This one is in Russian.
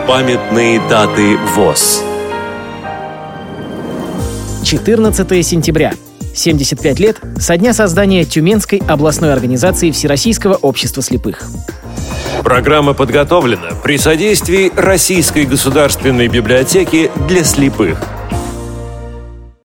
Памятные даты ВОС. 14 сентября. 75 лет со дня создания Тюменской областной организации Всероссийского общества слепых. Программа подготовлена при содействии Российской государственной библиотеки для слепых.